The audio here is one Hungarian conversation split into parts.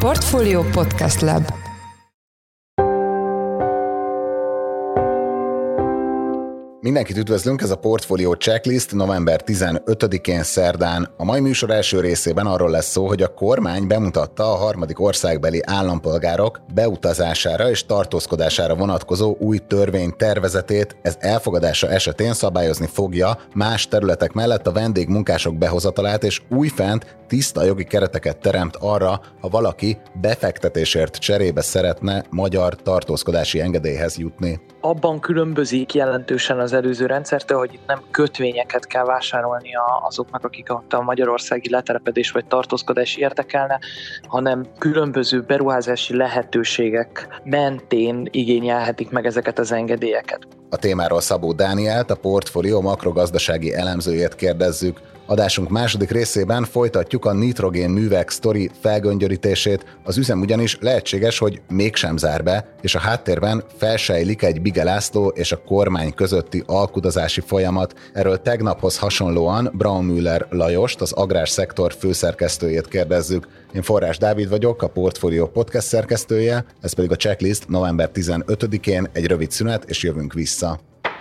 Portfolio Podcast Lab. Mindenkit üdvözlünk, ez a Portfolio Checklist november 15-én szerdán. A mai műsor első részében arról lesz szó, hogy a kormány bemutatta a harmadik országbeli állampolgárok beutazására és tartózkodására vonatkozó új törvénytervezetét. Ez elfogadása esetén szabályozni fogja más területek mellett a vendégmunkások behozatalát, és újfent tiszta jogi kereteket teremt arra, ha valaki befektetésért cserébe szeretne magyar tartózkodási engedélyhez jutni. Abban különbözik jelentősen az előző rendszertől, hogy itt nem kötvényeket kell vásárolnia azoknak, akik a magyarországi letelepedés vagy tartózkodás érdekelne, hanem különböző beruházási lehetőségek mentén igényelhetik meg ezeket az engedélyeket. A témáról Szabó Dánielt, a Portfolio makrogazdasági elemzőjét kérdezzük. Adásunk második részében folytatjuk a nitrogén művek sztori felgöngyörítését. Az üzem ugyanis lehetséges, hogy mégsem zár be, és a háttérben felsejlik egy Bige László és a kormány közötti alkudozási folyamat. Erről tegnaphoz hasonlóan Braunmüller Lajost, az agrárszektor főszerkesztőjét kérdezzük. Én Forrás Dávid vagyok, a Portfolio podcast szerkesztője, ez pedig a checklist november 15-én, egy rövid szünet, és jövünk vissza.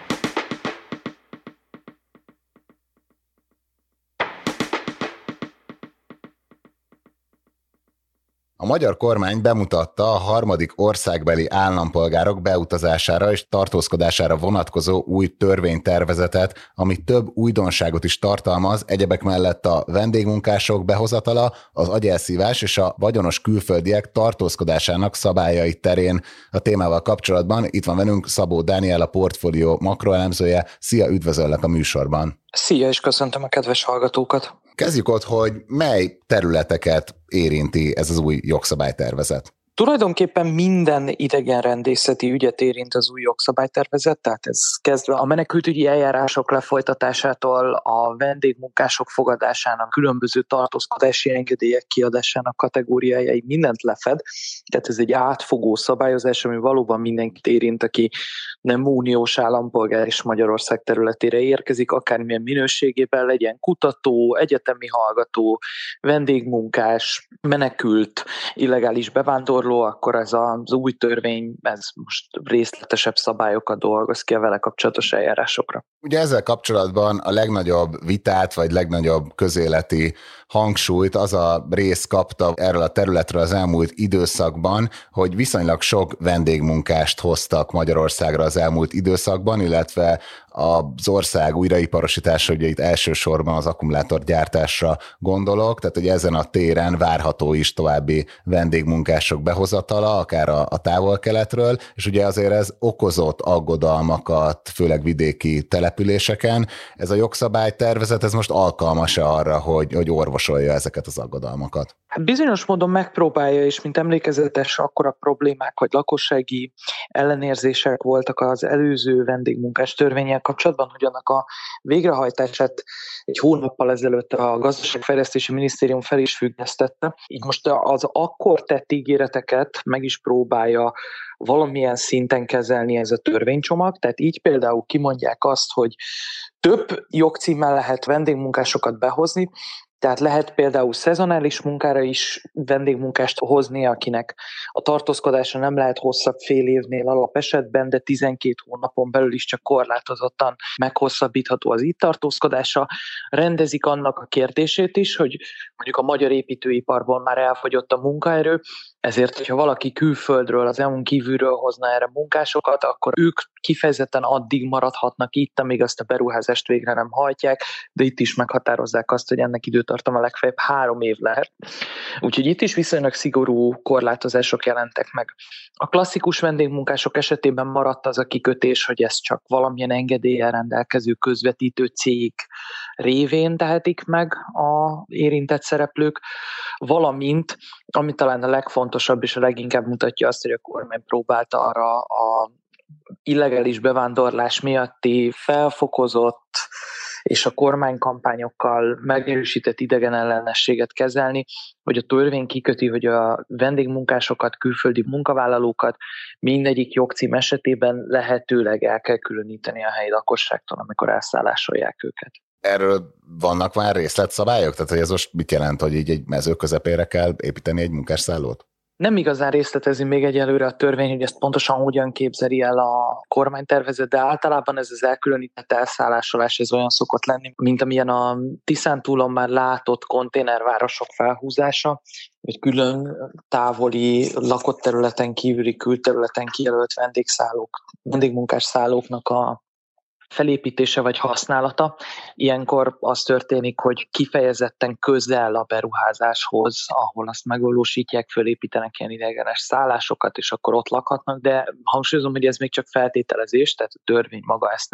A magyar kormány bemutatta a harmadik országbeli állampolgárok beutazására és tartózkodására vonatkozó új törvénytervezetet, ami több újdonságot is tartalmaz, egyebek mellett a vendégmunkások behozatala, az agyelszívás és a vagyonos külföldiek tartózkodásának szabályai terén. A témával kapcsolatban itt van velünk Szabó Dániel, a Portfolio makroelemzője. Szia, üdvözöllek a műsorban! Szia, és köszöntöm a kedves hallgatókat! Kezdjük ott, hogy mely területeket érinti ez az új jogszabálytervezet. Tulajdonképpen minden idegenrendészeti ügyet érint az új jogszabálytervezet, tehát ez kezdve a menekültügyi eljárások lefolytatásától a vendégmunkások fogadásának, különböző tartózkodási engedélyek kiadásának kategóriájai mindent lefed, tehát ez egy átfogó szabályozás, ami valóban mindenkit érint, aki nem uniós állampolgár és Magyarország területére érkezik, akármilyen minőségében legyen kutató, egyetemi hallgató, vendégmunkás, menekült, illegális bevándorló, akkor ez az új törvény, ez most részletesebb szabályokat dolgoz ki a vele kapcsolatos eljárásokra. Ugye ezzel kapcsolatban a legnagyobb vitát, vagy legnagyobb közéleti hangsúlyt az a rész kapta erről a területről az elmúlt időszakban, hogy viszonylag sok vendégmunkást hoztak Magyarországra az elmúlt időszakban, illetve az ország újraiparosítása, ugye itt elsősorban az akkumulátorgyártásra gondolok, tehát hogy ezen a téren várható is további vendégmunkások behozatala, akár a távol-keletről, és ugye azért ez okozott aggodalmakat, főleg vidéki településeken. Ez a jogszabálytervezet, ez most alkalmas-e arra, hogy orvosolja ezeket az aggodalmakat? Hát bizonyos módon megpróbálja, és mint emlékezetes, akkora problémák, hogy lakossági ellenérzések voltak az előző vendégmunkás törvénnyel kapcsolatban, hogy annak a végrehajtását egy hónappal ezelőtt a Gazdaságfejlesztési Minisztérium fel is függesztette. Így most az akkor tett ígéreteket meg is próbálja valamilyen szinten kezelni ez a törvénycsomag, tehát így például kimondják azt, hogy több jogcímmel lehet vendégmunkásokat behozni, tehát lehet például szezonális munkára is vendégmunkást hozni, akinek a tartózkodása nem lehet hosszabb fél évnél alapesetben, de 12 hónapon belül is csak korlátozottan meghosszabbítható az itt tartózkodása. Rendezik annak a kérdését is, hogy mondjuk a magyar építőiparból már elfogyott a munkaerő, ezért, hogyha valaki külföldről, az EU-n kívülről hozna erre munkásokat, akkor ők kifejezetten addig maradhatnak itt, amíg azt a beruházást végre nem hajtják, de itt is meghatározzák azt, hogy ennek időtartama legfeljebb 3 év lehet. Úgyhogy itt is viszonylag szigorú korlátozások jelentek meg. A klasszikus vendégmunkások esetében maradt az a kikötés, hogy ezt csak valamilyen engedéllyel rendelkező közvetítő cég révén tehetik meg az érintett szereplők, valamint, ami talán a legfontosabb és a leginkább mutatja azt, hogy a kormány próbálta arra a illegális bevándorlás miatti felfokozott és a kormánykampányokkal megerősített idegenellenességet kezelni, hogy a törvény kiköti, hogy a vendégmunkásokat, külföldi munkavállalókat mindegyik jogcím esetében lehetőleg el kell különíteni a helyi lakosságtól, amikor elszállásolják őket. Erről vannak már részletszabályok? Tehát hogy ez most mit jelent, hogy így egy mező közepére kell építeni egy munkásszállót? Nem igazán részletezi még egyelőre a törvény, hogy ezt pontosan hogyan képzeli el a kormánytervezet, de általában ez az elkülönített elszállásolás ez olyan szokott lenni, mint amilyen a Tiszántúlon már látott konténervárosok felhúzása, vagy külön távoli lakott területen kívüli külterületen kijelölt vendégmunkás szállóknak a felépítése vagy használata. Ilyenkor az történik, hogy kifejezetten közel a beruházáshoz, ahol azt megvalósítják, fölépítenek ilyen ideiglenes szállásokat, és akkor ott lakhatnak, de hangsúlyozom, hogy ez még csak feltételezés, tehát a törvény maga ezt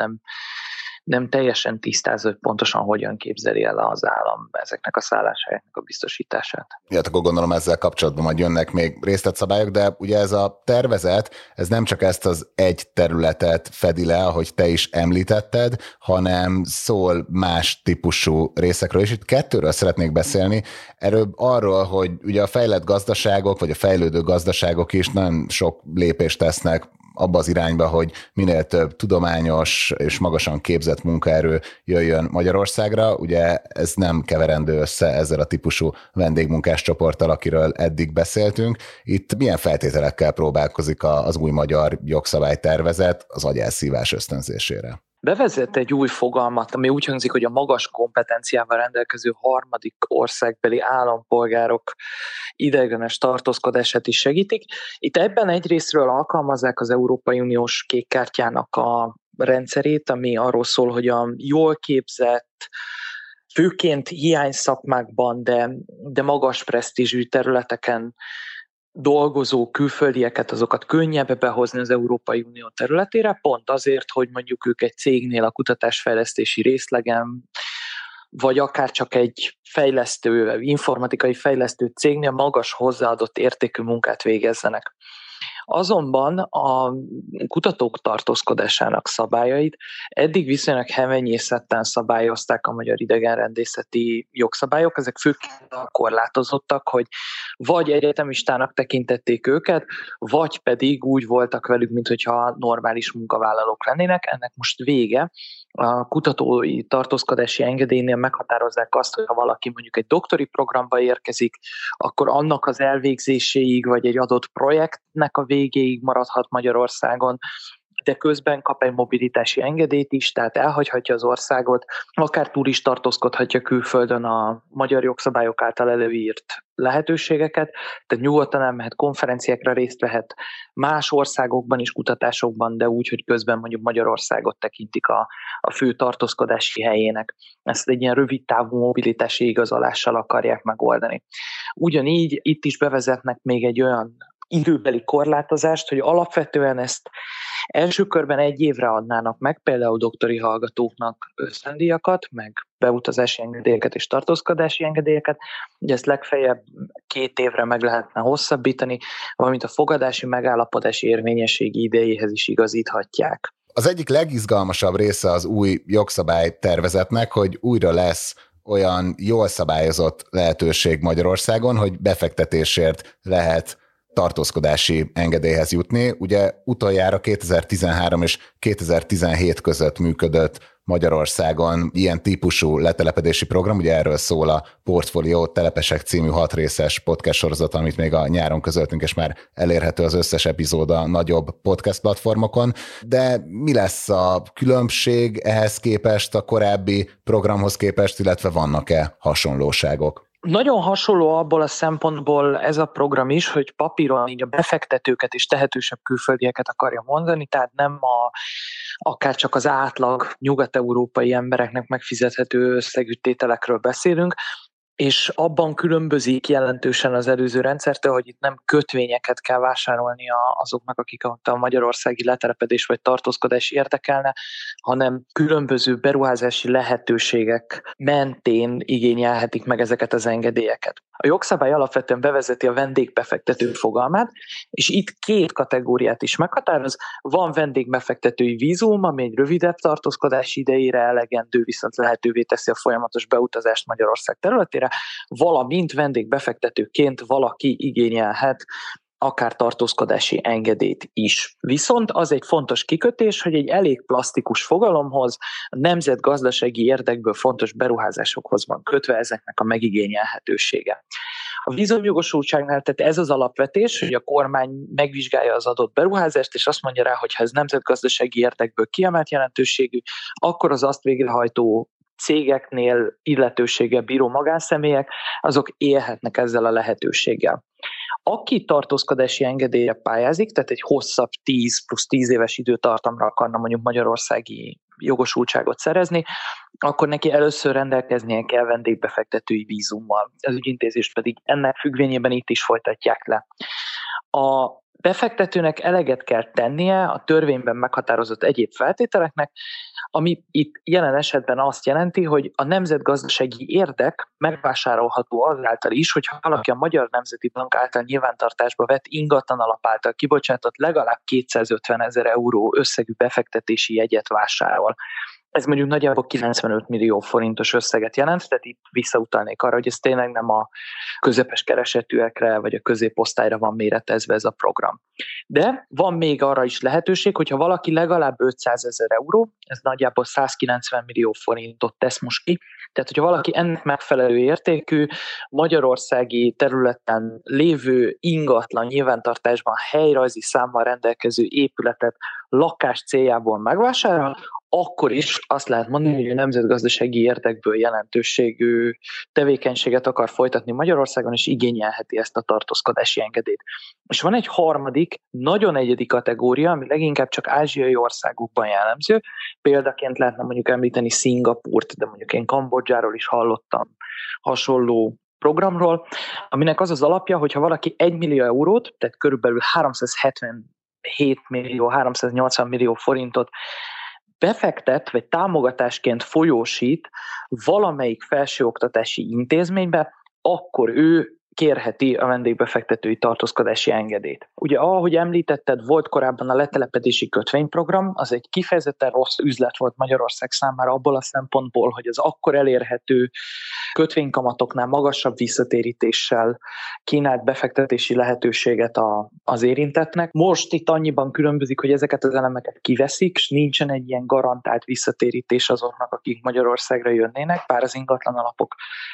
nem teljesen tisztázza, hogy pontosan hogyan képzeli el az állam ezeknek a szálláshelyeknek a biztosítását. Ja, akkor gondolom ezzel kapcsolatban majd jönnek még részletszabályok, de ugye ez a tervezet, ez nem csak ezt az egy területet fedi le, ahogy te is említetted, hanem szól más típusú részekről, és itt kettőről szeretnék beszélni. Arról, hogy ugye a fejlett gazdaságok, vagy a fejlődő gazdaságok is nagyon sok lépést tesznek abba az irányba, hogy minél több tudományos és magasan képzett munkaerő jöjjön Magyarországra. Ugye ez nem keverendő össze ezzel a típusú vendégmunkás csoporttal, akiről eddig beszéltünk. Itt milyen feltételekkel próbálkozik az új magyar jogszabálytervezet az agyelszívás ösztönzésére? Bevezet egy új fogalmat, ami úgy hangzik, hogy a magas kompetenciával rendelkező harmadik országbeli állampolgárok ideiglenes tartózkodását is segítik. Itt ebben egyrésztről alkalmazzák az Európai Uniós kék kártyának a rendszerét, ami arról szól, hogy a jól képzett, főként hiány szakmákban, de magas presztízsű területeken dolgozó külföldieket, azokat könnyebb behozni az Európai Unió területére, pont azért, hogy mondjuk ők egy cégnél a kutatásfejlesztési részlegen, vagy akár csak egy informatikai fejlesztő cégnél magas hozzáadott értékű munkát végezzenek. Azonban a kutatók tartózkodásának szabályait eddig viszonylag hevenyészetten szabályozták a magyar idegenrendészeti jogszabályok, ezek főként korlátozottak, hogy vagy egyetemistának tekintették őket, vagy pedig úgy voltak velük, mintha normális munkavállalók lennének. Ennek most vége. A kutatói tartózkodási engedélynél meghatározzák azt, hogy ha valaki mondjuk egy doktori programba érkezik, akkor annak az elvégzéséig, vagy egy adott projektnek a végéig maradhat Magyarországon, de közben kap egy mobilitási engedélyt is, tehát elhagyhatja az országot, akár túl is tartózkodhatja külföldön a magyar jogszabályok által előírt lehetőségeket, tehát nyugodtan elmehet konferenciákra, részt vehet más országokban is, kutatásokban, de úgy, hogy közben mondjuk Magyarországot tekintik a fő tartózkodási helyének. Ezt egy ilyen rövid távú mobilitási igazolással akarják megoldani. Ugyanígy itt is bevezetnek még egy olyan időbeli korlátozást, hogy alapvetően ezt első körben 1 évre adnának meg, például doktori hallgatóknak ösztöndíjakat, meg beutazási engedélyeket és tartózkodási engedélyeket, ugye ezt legfeljebb 2 évre meg lehetne hosszabbítani, valamint a fogadási megállapodási érvényességi idejéhez is igazíthatják. Az egyik legizgalmasabb része az új jogszabálytervezetnek, hogy újra lesz olyan jól szabályozott lehetőség Magyarországon, hogy befektetésért lehet tartózkodási engedélyhez jutni. Ugye utoljára 2013 és 2017 között működött Magyarországon ilyen típusú letelepedési program, ugye erről szól a Portfolio Telepesek című 6 részes podcast sorozat, amit még a nyáron közöltünk, és már elérhető az összes epizód a nagyobb podcast platformokon. De mi lesz a különbség ehhez képest, a korábbi programhoz képest, illetve vannak-e hasonlóságok? Nagyon hasonló abból a szempontból ez a program is, hogy papíron így a befektetőket és tehetősebb külföldieket akarja mondani, tehát nem akár csak az átlag nyugat-európai embereknek megfizethető összegű tételekről beszélünk, és abban különbözik jelentősen az előző rendszertől, hogy itt nem kötvényeket kell vásárolni azoknak, akik a magyarországi letelepedés vagy tartózkodás érdekelne, hanem különböző beruházási lehetőségek mentén igényelhetik meg ezeket az engedélyeket. A jogszabály alapvetően bevezeti a vendégbefektető fogalmát, és itt 2 kategóriát is meghatároz. Van vendégbefektetői vízum, ami egy rövidebb tartózkodási idejére elegendő, viszont lehetővé teszi a folyamatos beutazást Magyarország területére, valamint vendégbefektetőként valaki igényelhet akár tartózkodási engedélyt is. Viszont az egy fontos kikötés, hogy egy elég plastikus fogalomhoz, a nemzetgazdasági érdekből fontos beruházásokhoz van kötve ezeknek a megigényelhetősége. A vízumjogosultságnál tehát ez az alapvetés, hogy a kormány megvizsgálja az adott beruházást, és azt mondja rá, hogy ha ez nemzetgazdasági érdekből kiemelt jelentőségű, akkor az azt végrehajtó cégeknél illetőséggel bíró magánszemélyek, azok élhetnek ezzel a lehetőséggel. Aki tartózkodási engedélyre pályázik, tehát egy hosszabb 10 plusz 10 éves időtartamra akarna mondjuk magyarországi jogosultságot szerezni, akkor neki először rendelkeznie kell vendégbefektetői vízummal. Az ügyintézést pedig ennek függvényében itt is folytatják le. A befektetőnek eleget kell tennie a törvényben meghatározott egyéb feltételeknek, ami itt jelen esetben azt jelenti, hogy a nemzetgazdasági érdek megvásárolható azáltal is, hogyha valaki a Magyar Nemzeti Bank által nyilvántartásba vett ingatlan alap által kibocsátott legalább 250 000 euró összegű befektetési jegyet vásárol. Ez mondjuk nagyjából 95 millió forintos összeget jelent, tehát itt visszautalnék arra, hogy ez tényleg nem a közepes keresetűekre vagy a középosztályra van méretezve ez a program. De van még arra is lehetőség, hogyha valaki legalább 500 000 euró, ez nagyjából 190 millió forintot tesz most ki, tehát hogyha valaki ennek megfelelő értékű, magyarországi területen lévő ingatlan nyilvántartásban helyrajzi számmal rendelkező épületet lakás céljából megvásárol, akkor is azt lehet mondani, hogy a nemzetgazdasági érdekből jelentőségű tevékenységet akar folytatni Magyarországon, és igényelheti ezt a tartózkodási engedélyt. És van egy harmadik, nagyon egyedi kategória, ami leginkább csak ázsiai országokban jellemző. Példaként lehetne mondjuk említeni Szingapúrt, de mondjuk én Kambodzsáról is hallottam hasonló programról, aminek az az alapja, hogyha valaki 1 millió eurót, tehát körülbelül 380 millió forintot befektet, vagy támogatásként folyósít valamelyik felsőoktatási intézménybe, akkor ő kérheti a vendégbefektetői tartózkodási engedélyt. Ugye, ahogy említetted, volt korábban a letelepedési kötvényprogram, az egy kifejezetten rossz üzlet volt Magyarország számára abból a szempontból, hogy az akkor elérhető kötvénykamatoknál magasabb visszatérítéssel kínált befektetési lehetőséget az érintettnek. Most itt annyiban különbözik, hogy ezeket az elemeket kiveszik, és nincsen egy ilyen garantált visszatérítés azoknak, akik Magyarországra jönnének, bár az ingatlan alapok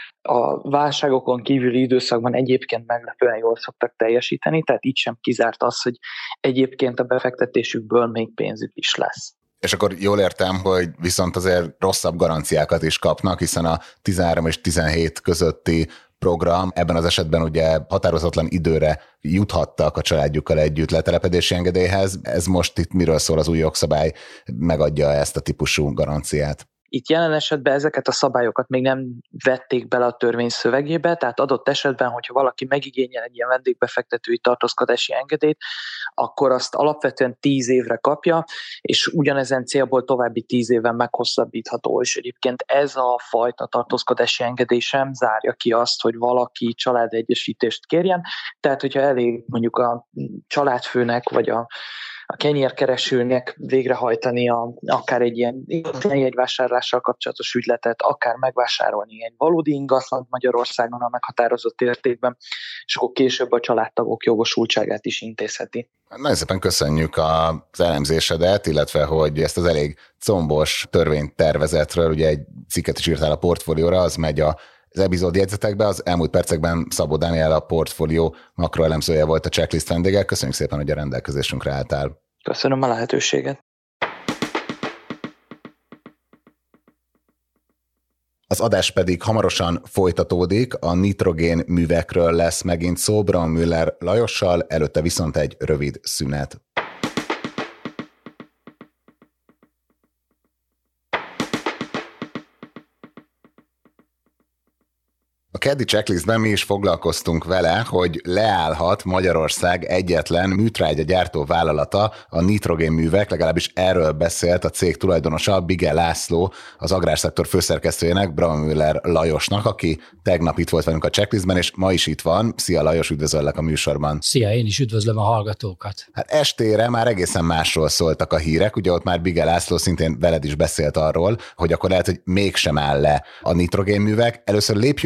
a válságokon kívüli időszakban egyébként meglepően jól szoktak teljesíteni, tehát így sem kizárt az, hogy egyébként a befektetésükből még pénzük is lesz. És akkor jól értem, hogy viszont azért rosszabb garanciákat is kapnak, hiszen a 13 és 17 közötti program ebben az esetben ugye határozatlan időre juthattak a családjukkal együtt letelepedési engedélyhez. Ez most itt miről szól az új jogszabály, megadja ezt a típusú garanciát? Itt jelen esetben ezeket a szabályokat még nem vették bele a törvény szövegébe, tehát adott esetben, hogyha valaki megigényel egy ilyen vendégbefektetői tartózkodási engedélyt, akkor azt alapvetően 10 évre kapja, és ugyanezen célból további 10 éven meghosszabbítható, és egyébként ez a fajta tartózkodási engedély sem zárja ki azt, hogy valaki családegyesítést kérjen, tehát hogyha elég mondjuk a családfőnek, vagy a kenyérkeresőnek végrehajtani akár egy ilyen jegyvásárlással kapcsolatos ügyletet, akár megvásárolni egy valódi ingatlant Magyarországon a meghatározott értékben, és akkor később a családtagok jogosultságát is intézheti. Nagyon szépen köszönjük az elemzésedet, illetve hogy ezt az elég combos törvénytervezetről, ugye egy cikket is írtál a Portfólióra, az megy az epizód jegyzetekbe. Az elmúlt percekben Szabó Dániel, a Portfólió makroelemzője volt a Checklist vendége. Köszönjük szépen, hogy a rendelkezésünkre álltál. Köszönöm a lehetőséget. Az adás pedig hamarosan folytatódik, a nitrogén művekről lesz megint szó Braunmüller Lajossal, előtte viszont egy rövid szünet. A keddi checklistben mi is foglalkoztunk vele, hogy leállhat Magyarország egyetlen műtrágyagyártó vállalata, a nitrogénművek, legalábbis erről beszélt a cég tulajdonosa, Bige László, az agrárszektor főszerkesztőjének, Braunmüller Lajosnak, aki tegnap itt volt velünk a checklistben, és ma is itt van. Szia Lajos, üdvözöllek a műsorban. Szia, én is üdvözlöm a hallgatókat. Hát estére már egészen másról szóltak a hírek, ugye ott már Bige László szintén veled is beszélt arról, hogy akkor lehet, hogy mégsem áll le a nitrogénművek. Először lépjünk egy kicsit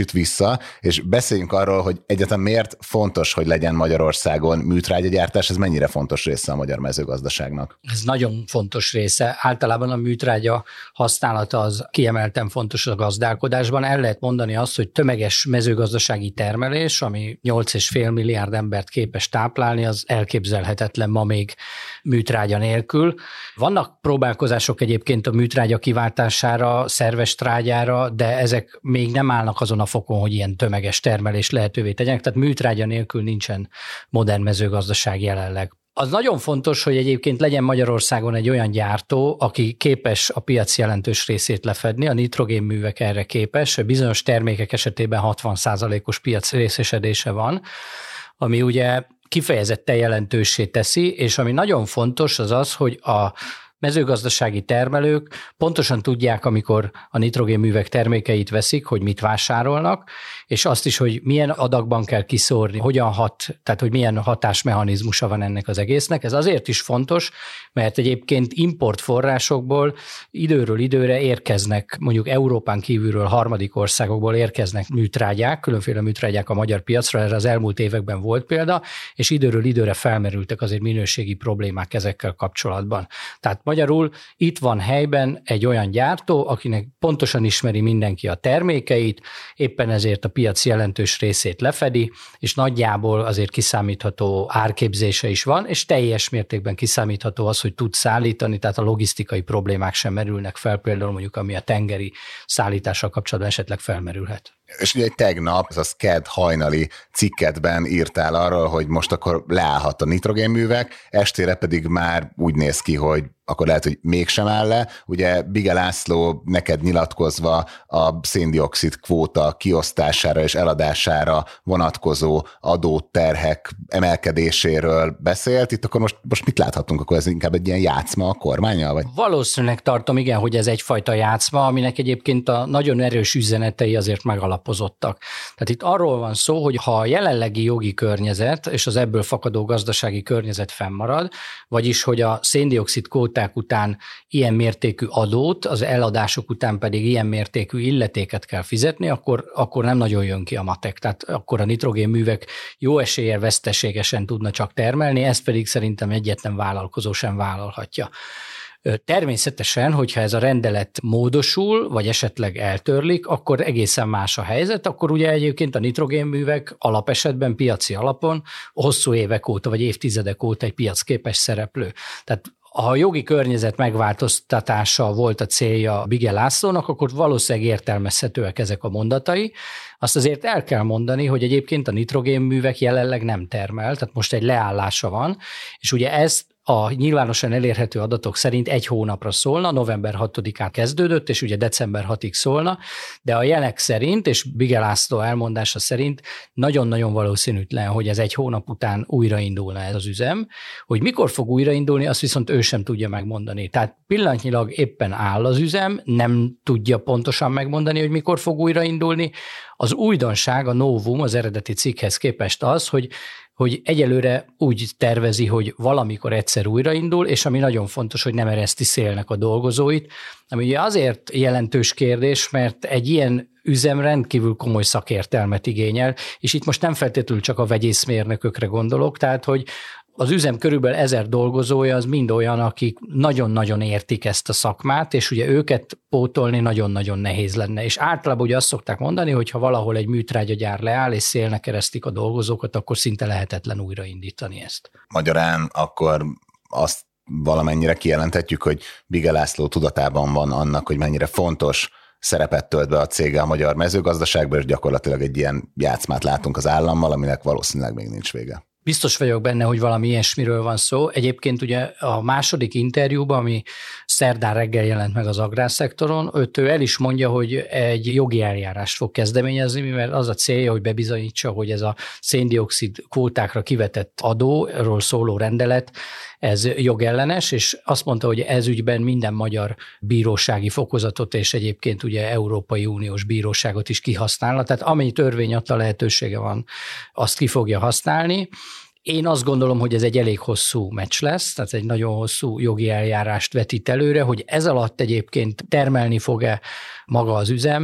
kicsit vissza, és beszéljünk arról, hogy egyáltalán miért fontos, hogy legyen Magyarországon műtrágyagyártás, ez mennyire fontos része a magyar mezőgazdaságnak? Ez nagyon fontos része. Általában a műtrágya használata az kiemelten fontos a gazdálkodásban. El lehet mondani azt, hogy tömeges mezőgazdasági termelés, ami 8,5 milliárd embert képes táplálni, az elképzelhetetlen ma még műtrágya nélkül. Vannak próbálkozások egyébként a műtrágya kiváltására, szerves trágyára, de ezek még nem állnak azon a fokon, hogy ilyen tömeges termelés lehetővé tegyenek, tehát műtrágya nélkül nincsen modern mezőgazdaság jelenleg. Az nagyon fontos, hogy egyébként legyen Magyarországon egy olyan gyártó, aki képes a piac jelentős részét lefedni, a nitrogénművek erre képes, bizonyos termékek esetében 60%-os piac részesedése van, ami ugye kifejezetten jelentőssé teszi, és ami nagyon fontos az az, hogy a mezőgazdasági termelők pontosan tudják, amikor a nitrogénművek termékeit veszik, hogy mit vásárolnak, és azt is, hogy milyen adagban kell kiszórni, hogyan hat, tehát hogy milyen hatásmechanizmusa van ennek az egésznek. Ez azért is fontos, mert egyébként importforrásokból időről időre érkeznek, mondjuk Európán kívülről, harmadik országokból érkeznek műtrágyák, különféle műtrágyák a magyar piacra, erre az elmúlt években volt példa, és időről időre felmerültek azért minőségi problémák ezekkel kapcsolatban. Tehát magyarul itt van helyben egy olyan gyártó, akinek pontosan ismeri mindenki a termékeit, éppen ezért a piac jelentős részét lefedi, és nagyjából azért kiszámítható árképzése is van, és teljes mértékben kiszámítható az, hogy tud szállítani, tehát a logisztikai problémák sem merülnek fel, például mondjuk ami a tengeri szállítással kapcsolatban esetleg felmerülhet. És ugye tegnap, az kedd hajnali cikketben írtál arról, hogy most akkor leállhat a nitrogénművek, estére pedig már úgy néz ki, hogy akkor lehet, hogy mégsem áll le. Ugye Bige László neked nyilatkozva a széndioxid kvóta kiosztására és eladására vonatkozó adóterhek emelkedéséről beszélt. Itt akkor most mit láthatunk? Akkor ez inkább egy ilyen játszma a kormánnyal? Vagy? Valószínűleg tartom, igen, hogy ez egyfajta játszma, aminek egyébként a nagyon erős üzenetei azért megalapozottak. Tehát itt arról van szó, hogy ha a jelenlegi jogi környezet és az ebből fakadó gazdasági környezet fennmarad, vagyis hogy a széndioxid kvóták után ilyen mértékű adót, az eladások után pedig ilyen mértékű illetéket kell fizetni, akkor nem nagyon jön ki a matek. Tehát akkor a nitrogénművek jó eséllyel veszteségesen tudna csak termelni, ezt pedig szerintem egyetlen vállalkozó sem vállalhatja. Természetesen, hogyha ez a rendelet módosul, vagy esetleg eltörlik, akkor egészen más a helyzet, akkor ugye egyébként a nitrogénművek alapesetben piaci alapon hosszú évek óta, vagy évtizedek óta egy piacképes szereplő. Tehát ha a jogi környezet megváltoztatása volt a célja Bige Lászlónak, akkor valószínűleg értelmezhetőek ezek a mondatai. Azt azért el kell mondani, hogy egyébként a nitrogénművek jelenleg nem termel, tehát most egy leállása van, és ugye ezt a nyilvánosan elérhető adatok szerint 1 hónapra szólna, november 6-án kezdődött, és ugye december 6-ig szólna, de a jelek szerint, és Bige László elmondása szerint nagyon-nagyon valószínűtlen, hogy ez 1 hónap után újraindulna ez az üzem. Hogy mikor fog újraindulni, azt viszont ő sem tudja megmondani. Tehát pillanatnyilag éppen áll az üzem, nem tudja pontosan megmondani, hogy mikor fog újraindulni. Az újdonság, a novum az eredeti cikkhez képest az, hogy egyelőre úgy tervezi, hogy valamikor egyszer újraindul, és ami nagyon fontos, hogy nem ereszti szélnek a dolgozóit, ami ugye azért jelentős kérdés, mert egy ilyen üzem rendkívül komoly szakértelmet igényel, és itt most nem feltétlenül csak a vegyészmérnökökre gondolok, tehát hogy az üzem körülbelül 1000 dolgozója az mind olyan, akik nagyon-nagyon értik ezt a szakmát, és ugye őket pótolni nagyon-nagyon nehéz lenne. És általában ugye azt szokták mondani, hogy ha valahol egy műtrágyagyár leáll, és szélnek eresztik a dolgozókat, akkor szinte lehetetlen újraindítani ezt. Magyarán akkor azt valamennyire kijelenthetjük, hogy Bige László tudatában van annak, hogy mennyire fontos szerepet tölt be a cége a magyar mezőgazdaságban, és gyakorlatilag egy ilyen játszmát látunk az állammal, aminek valószínűleg még nincs vége. Biztos vagyok benne, hogy valami ilyesmiről van szó. Egyébként ugye a második interjúban, ami szerdán reggel jelent meg az agrárszektoron, ő el is mondja, hogy egy jogi eljárást fog kezdeményezni, mert az a célja, hogy bebizonyítsa, hogy ez a széndioxid kvótákra kivetett adóról szóló rendelet, ez jogellenes, és azt mondta, hogy ez ügyben minden magyar bírósági fokozatot és egyébként ugye Európai Uniós bíróságot is kihasználna, tehát amennyi törvény adta lehetősége van, azt ki fogja használni. Én azt gondolom, hogy ez egy elég hosszú meccs lesz, tehát egy nagyon hosszú jogi eljárást vetít előre, hogy ez alatt egyébként termelni fog-e maga az üzem,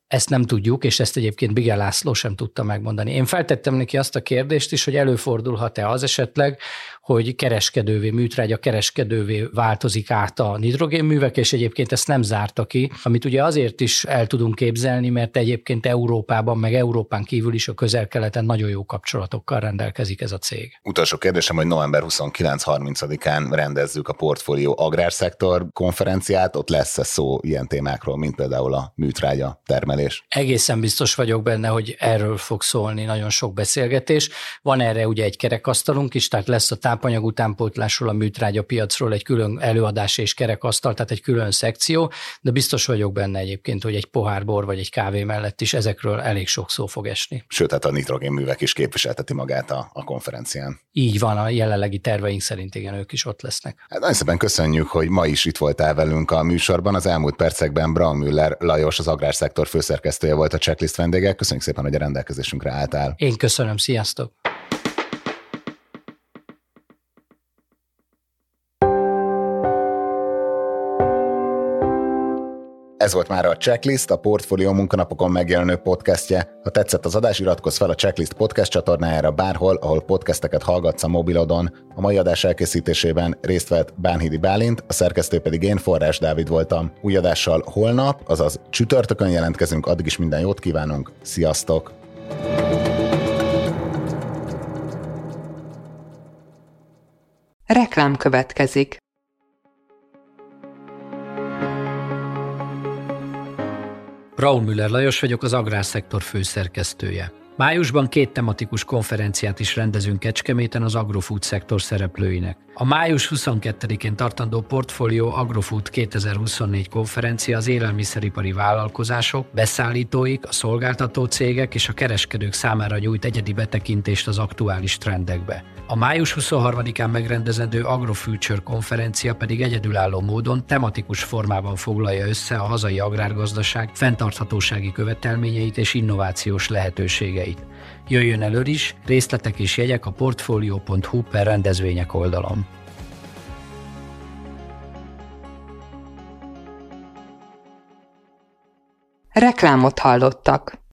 Ezt nem tudjuk, és ezt egyébként Bige László sem tudta megmondani. Én feltettem neki azt a kérdést is, hogy előfordulhat-e az esetleg, hogy műtrágya kereskedővé változik át a nitrogénművek, és egyébként ezt nem zárta ki, amit ugye azért is el tudunk képzelni, mert egyébként Európában, meg Európán kívül is a Közel-Keleten nagyon jó kapcsolatokkal rendelkezik ez a cég. Utolsó kérdésem, hogy november 29-30-án rendezzük a Portfolio Agrárszektor konferenciát, ott lesz-e szó ilyen témákról, mint például a műtrágya termelés? Egészen biztos vagyok benne, hogy erről fog szólni nagyon sok beszélgetés. Van erre ugye egy kerekasztalunk is, tehát lesz a tápanyag utánpótlásról, a műtrágya piacról egy külön előadás és kerekasztal, tehát egy külön szekció, de biztos vagyok benne egyébként, hogy egy pohár bor vagy egy kávé mellett is ezekről elég sok szó fog esni. Sőt, hát a nitrogénművek is képviselteti magát a konferencián. Így van, a jelenlegi terveink szerint igen, ők is ott lesznek. Hát nagyon szépen köszönjük, hogy ma is itt voltál velünk a műsorban. Az elmúlt percekben Braunmüller Lajos, az Agrárszektor főszerkesztője volt a Checklist vendége. Köszönjük szépen, hogy a rendelkezésünkre álltál. Én köszönöm, sziasztok! Ez volt már a Checklist, a Portfolio munkanapokon megjelenő podcastje. Ha tetszett az adás, iratkozz fel a Checklist podcast csatornájára bárhol, ahol podcasteket hallgatsz a mobilodon. A mai adás elkészítésében részt vett Bánhidi Bálint, a szerkesztő pedig én, Forrás Dávid voltam. Új adással holnap, azaz csütörtökön jelentkezünk, addig is minden jót kívánunk. Sziasztok! Reklám következik. Braunmüller Lajos vagyok, az Agrárszektor főszerkesztője. Májusban 2 tematikus konferenciát is rendezünk Kecskeméten az agrofood szektor szereplőinek. A május 22-én tartandó Portfolio Agrofood 2024 konferencia az élelmiszeripari vállalkozások, beszállítóik, a szolgáltató cégek és a kereskedők számára nyújt egyedi betekintést az aktuális trendekbe. A május 23-án megrendezendő Agrofuture konferencia pedig egyedülálló módon tematikus formában foglalja össze a hazai agrárgazdaság fenntarthatósági követelményeit és innovációs lehetőségeit. Jöjjön elő is, részletek és jegyek a portfolio.hu/rendezvények oldalon. Reklámot hallottak.